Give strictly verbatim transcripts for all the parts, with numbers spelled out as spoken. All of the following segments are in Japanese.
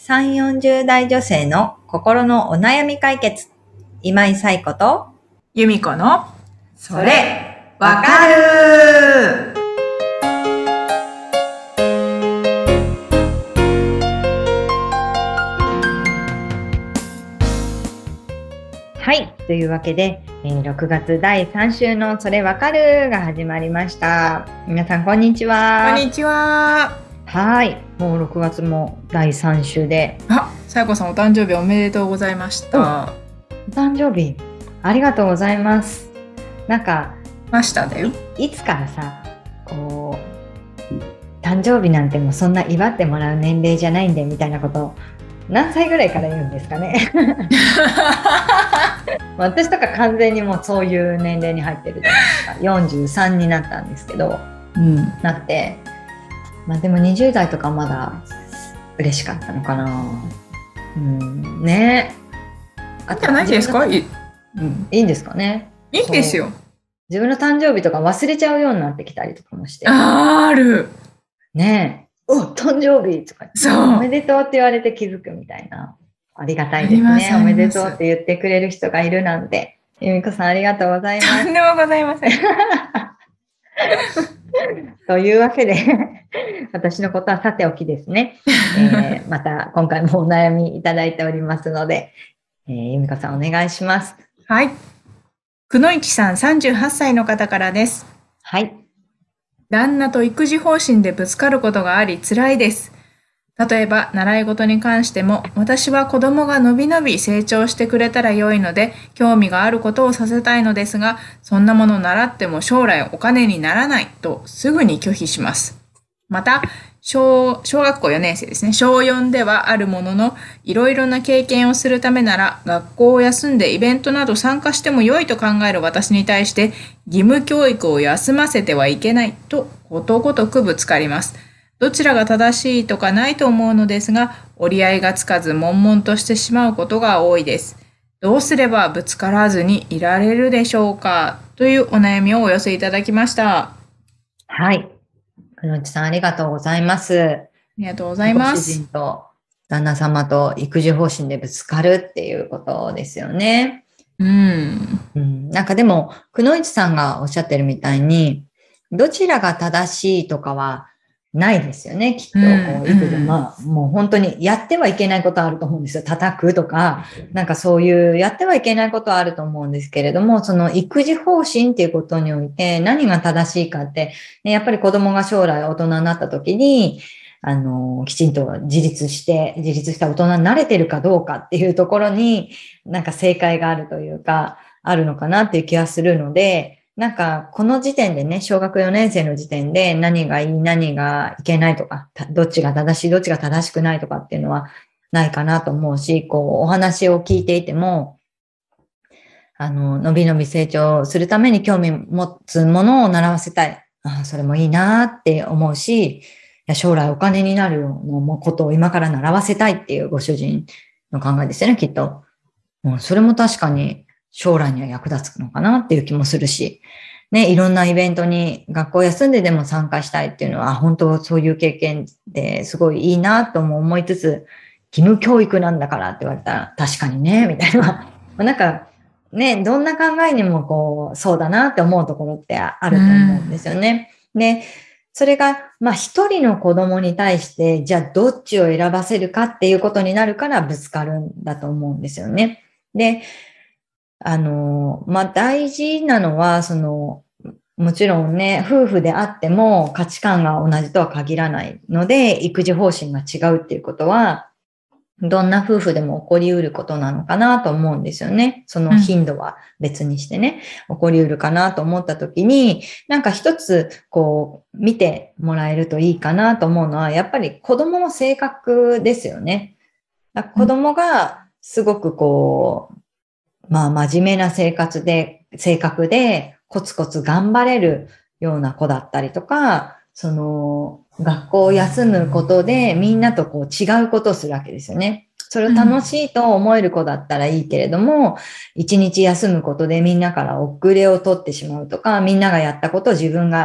さんじゅう、よんじゅう代女性の心のお悩み解決。今井彩子と由美子のそれわかる。はい、というわけで、えー、ろくがつだいさん週のそれわかるが始まりました。皆さんこんにちは。 こんにちは。 はい、もうろくがつもだいさん週で、 あ、彩子さんお誕生日おめでとうございました。 お誕生日ありがとうございます。なんかましただよ。 い, いつからさ、こう誕生日なんてもうそんな祝ってもらう年齢じゃないんでみたいなことを何歳ぐらいから言うんですかね。私とか完全にもうそういう年齢に入ってるじゃないですか。よんじゅうさんになったんですけど、 うん、 なって、まあ、でもにじゅう代とかまだ嬉しかったのかな。うんね。 あじゃないですか。い、 うん、いいんですかね。 いいですよ。 自分の誕生日とか忘れちゃうようになってきたりとかもして。 ある。 ねえ。お、誕生日とか、 そう。 おめでとうって言われて気づくみたいな。ありがたいですね。おめでとうって言ってくれる人がいるなんて。由美子さんありがとうございます。 とんでもございません。 というわけで、私のことはさておきですね。えー、また今回もお悩みいただいておりますので、えー、由美子さんお願いします。 はい。くのいちさんさんじゅうはっさいの方からです。 はい。 旦那と育児方針でぶつかることがあり辛いです。例えば習い事に関しても、私は子供がのびのび成長してくれたら良いので興味があることをさせたいのですが、そんなもの習っても将来お金にならないとすぐに拒否します。また 小, 小学校よねん生ですね。しょうよんではあるものの、いろいろな経験をするためなら学校を休んでイベントなど参加しても良いと考える私に対して、義務教育を休ませてはいけないとことごとくぶつかります。どちらが正しいとかないと思うのですが、折り合いがつかず悶々としてしまうことが多いです。どうすればぶつからずにいられるでしょうか、というお悩みをお寄せいただきました。 はい。くのちさんありがとうございます。ありがとうございます。 ご主人と旦那様と育児方針でぶつかるっていうことですよね。 うん。 うん、なんかでも、くのいちさんがおっしゃってるみたいに、どちらが正しいとかはないですよね、きっと。こう育児、まあ、もう本当にやってはいけないことはあると思うんですよ。叩くとか、なんかそういうやってはいけないことはあると思うんですけれども、その育児方針っていうことにおいて何が正しいかって、ね、やっぱり子供が将来大人になった時に、あの、きちんと自立して、自立した大人になれてるかどうかっていうところに、なんか正解があるというか、あるのかなっていう気がするので、なんか、この時点でね、小学よねん生の時点で何がいい、何がいけないとか、どっちが正しい、どっちが正しくないとかっていうのはないかなと思うし、こう、お話を聞いていても、あの、のびのび成長するために興味持つものを習わせたい。ああ、それもいいなって思うし、将来お金になるようなことを今から習わせたいっていうご主人の考えですよね、きっと。もうそれも確かに、将来には役立つのかなっていう気もするし、ね、いろんなイベントに学校休んででも参加したいっていうのは、本当そういう経験ですごいいいなとも思いつつ、義務教育なんだからって言われたら、確かにね、みたいな。なんか、ね、どんな考えにもこう、そうだなって思うところってあると思うんですよね。で、それが、まあ一人の子供に対して、じゃあどっちを選ばせるかっていうことになるからぶつかるんだと思うんですよね。で、あの、まあ、大事なのは、その、もちろんね、夫婦であっても価値観が同じとは限らないので、育児方針が違うっていうことは、どんな夫婦でも起こり得ることなのかなと思うんですよね。その頻度は別にしてね、うん、起こり得るかなと思ったときに、なんか一つ、こう、見てもらえるといいかなと思うのは、やっぱり子供の性格ですよね。子供がすごくこう、まあ、真面目な生活で、性格で、コツコツ頑張れるような子だったりとか、その、学校を休むことでみんなとこう違うことをするわけですよね。それを楽しいと思える子だったらいいけれども、一日休むことでみんなから遅れを取ってしまうとか、みんながやったことを自分が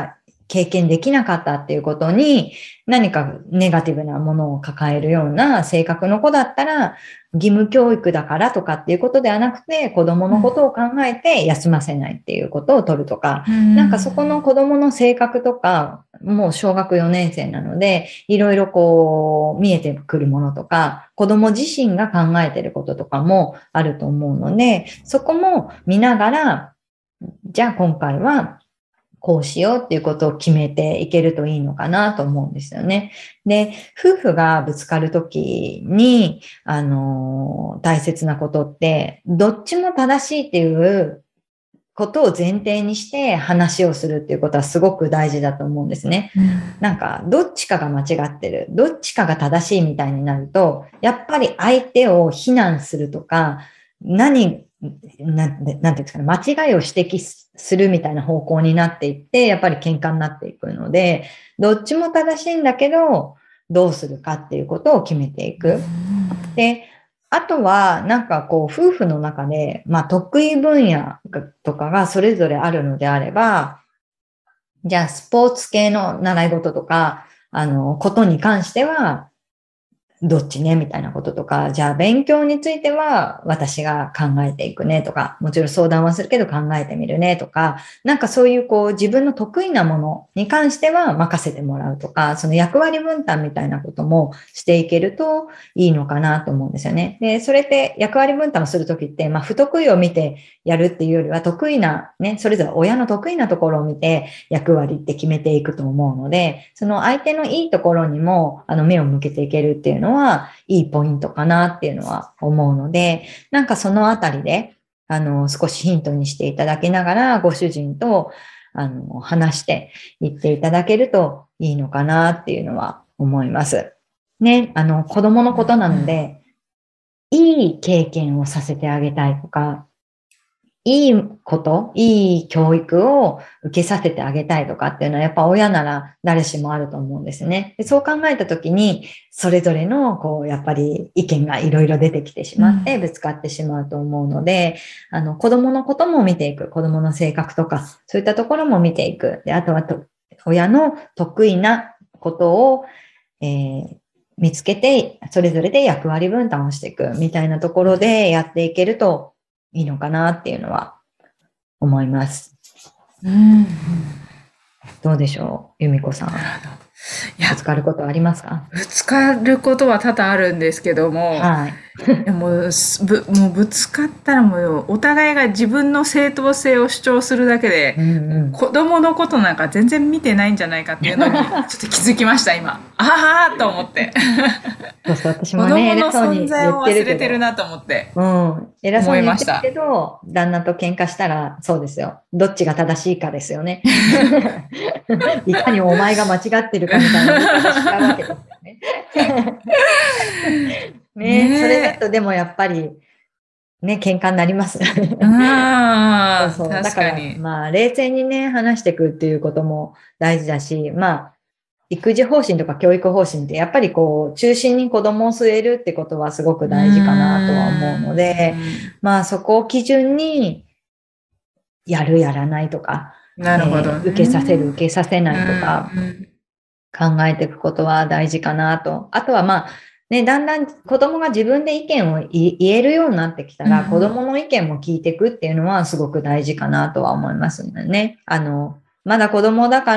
経験できなかったっていうことに何かネガティブなものを抱えるような性格の子だったら、義務教育だからとかっていうことではなくて、子供のことを考えて休ませないっていうことを取るとか、うん、なんかそこの子供の性格とか、もう小学よねん生なので、いろいろこう見えてくるものとか、子供自身が考えてることとかもあると思うので、そこも見ながら、じゃあ今回はこうしようっていうことを決めていけるといいのかなと思うんですよね。で、夫婦がぶつかるときに、あの、大切なことって、どっちも正しいっていうことを前提にして話をするっていうことはすごく大事だと思うんですね。うん、なんか、どっちかが間違ってる、どっちかが正しいみたいになると、やっぱり相手を非難するとか、何、なんて、なんていうんですかね、間違いを指摘するみたいな方向になっていって、やっぱり喧嘩になっていくので、どっちも正しいんだけど、どうするかっていうことを決めていく。で、あとは、なんかこう、夫婦の中で、まあ、得意分野とかがそれぞれあるのであれば、じゃあ、スポーツ系の習い事とか、あの、ことに関しては、どっちねみたいなこととか、じゃあ勉強については私が考えていくねとか、もちろん相談はするけど考えてみるねとか、なんかそういうこう自分の得意なものに関しては任せてもらうとか、その役割分担みたいなこともしていけるといいのかなと思うんですよね。で、それって役割分担をするときって、まあ不得意を見てやるっていうよりは得意なね、それぞれ親の得意なところを見て役割って決めていくと思うので、その相手のいいところにもあの目を向けていけるっていうのはいいポイントかなっていうのは思うので、なんかそのあたりで、あの、少しヒントにしていただきながら、ご主人と、あの、話していっていただけるといいのかなっていうのは思います。ね、あの、子供のことなので、いい経験をさせてあげたいとか、いいこと、いい教育を受けさせてあげたいとかっていうのはやっぱ親なら誰しもあると思うんですね。でそう考えたときに、それぞれのこうやっぱり意見がいろいろ出てきてしまってぶつかってしまうと思うので、うん、あの子供のことも見ていく、子供の性格とかそういったところも見ていく。であとはと親の得意なことを、えー見つけて、それぞれで役割分担をしていくみたいなところでやっていけるといいのかなっていうのは思います。うん、どうでしょう、由美子さん。ぶつかることありますか？ ぶつかることは多々あるんですけども、はい、でもぶもうぶつかったらもうお互いが自分の正当性を主張するだけで、うんうん、子供のことなんか全然見てないんじゃないかっていうのにちょっと気づきました今。ああと思って。 そうそう、私もね、 子供の存在を忘れてるなと思って。 うん。偉そうに言ってるけど、旦那と喧嘩したら、そうですよ。どっちが正しいかですよね。いかにお前が間違ってるかみたいなことをしちゃうわけですよね。ね, ねそれだとでもやっぱり、ね、喧嘩になります。 あそうそう。だから、まあ、冷静にね、話していくっていうことも大事だし、まあ、育児方針とか教育方針ってやっぱりこう中心に子供を据えるってことはすごく大事かなとは思うので、まあそこを基準にやるやらないとか、 なるほど、ねえー、受けさせる受けさせないとか考えていくことは大事かなと。あとはまあね、だんだん子供が自分で意見を言えるようになってきたら、子供の意見も聞いていくっていうのはすごく大事かなとは思いますのでね。あのまだ子供だから、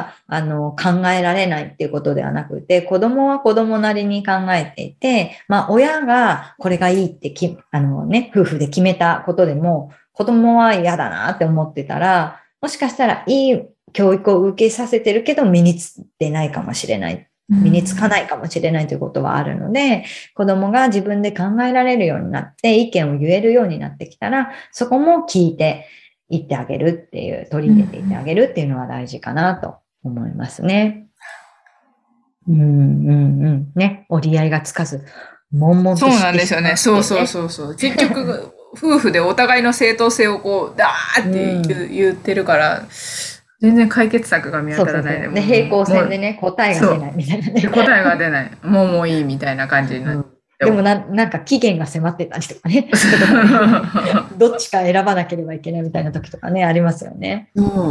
あの、考えられないっていうことではなくて、子供は子供なりに考えていて、まあ、親がこれがいいってき、あのね、夫婦で決めたことでも、子供は嫌だなって思ってたら、もしかしたらいい教育を受けさせてるけど、身につってないかもしれない。身につかないかもしれないということはあるので、子供が自分で考えられるようになって、意見を言えるようになってきたら、そこも聞いて、言ってあげるっていう、取り入れていってあげるっていうのは大事かなと思いますね。うんうんうん。ね、折り合いがつかず、悶々としてしまう、ね。 そうなんですよね。そうそうそうそう。結局、夫婦でお互いの正当性をこう、ダーって言う、うん、言ってるから、全然解決策が見当たらないで。そうそうそうで、平行線でね、答えが出ないみたいなね。 答えが出ない。もうもういいみたいな感じになって。うんでもな、なんか期限が迫ってたりとかね。どっちか選ばなければいけないみたいな時とかね、ありますよね。 うん。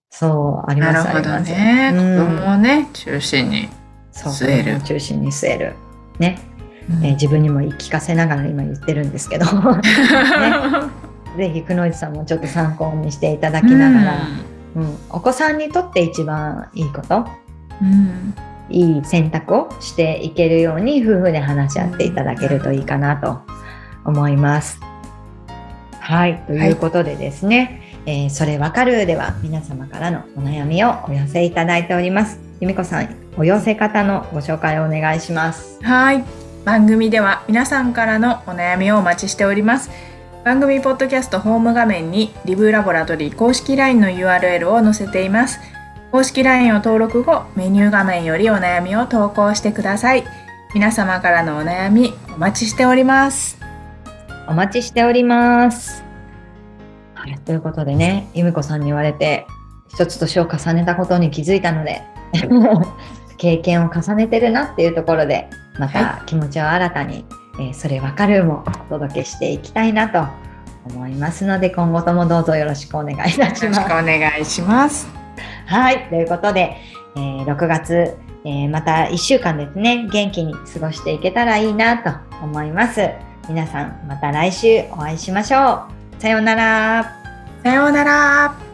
そう、あります、 なるほどあります。 ね。 うん、 子供をね、中心にそう、子据える。 供を中心に据える。ね。 うんえー自分にも言い聞かせながら今言ってるんですけど。ね。ぜひ、くのいちさんもちょっと参考にしていただきながら、うん、お子さんにとって一番いいこと、 うんいい選択をしていけるように夫婦で話し合っていただけるといいかなと思います。はい、ということでですね、はい、えー、それわかるでは皆様からのお悩みをお寄せいただいております。由美子さん、お寄せ方のご紹介をお願いします。 はい、番組では皆さんからのお悩みをお待ちしております。番組ポッドキャストホーム画面にリブラボラトリー公式 ライン の ユーアールエル を載せています。公式 ライン を登録後、メニュー画面よりお悩みを投稿してください。皆様からのお悩みお待ちしております。 お待ちしております。はい、ということでね、由美子さんに言われて一つ年を重ねたことに気づいたので経験を重ねてるなっていうところでまた気持ちを新たに、はい、えー、それわかるもお届けしていきたいなと思いますので、今後ともどうぞよろしくお願いいたします。 よろしくお願いします。 はい、ということで、えー、ろくがつ、えー、またいっしゅうかんですね、元気に過ごしていけたらいいなと思います。皆さんまた来週お会いしましょう。さようなら。 さようなら。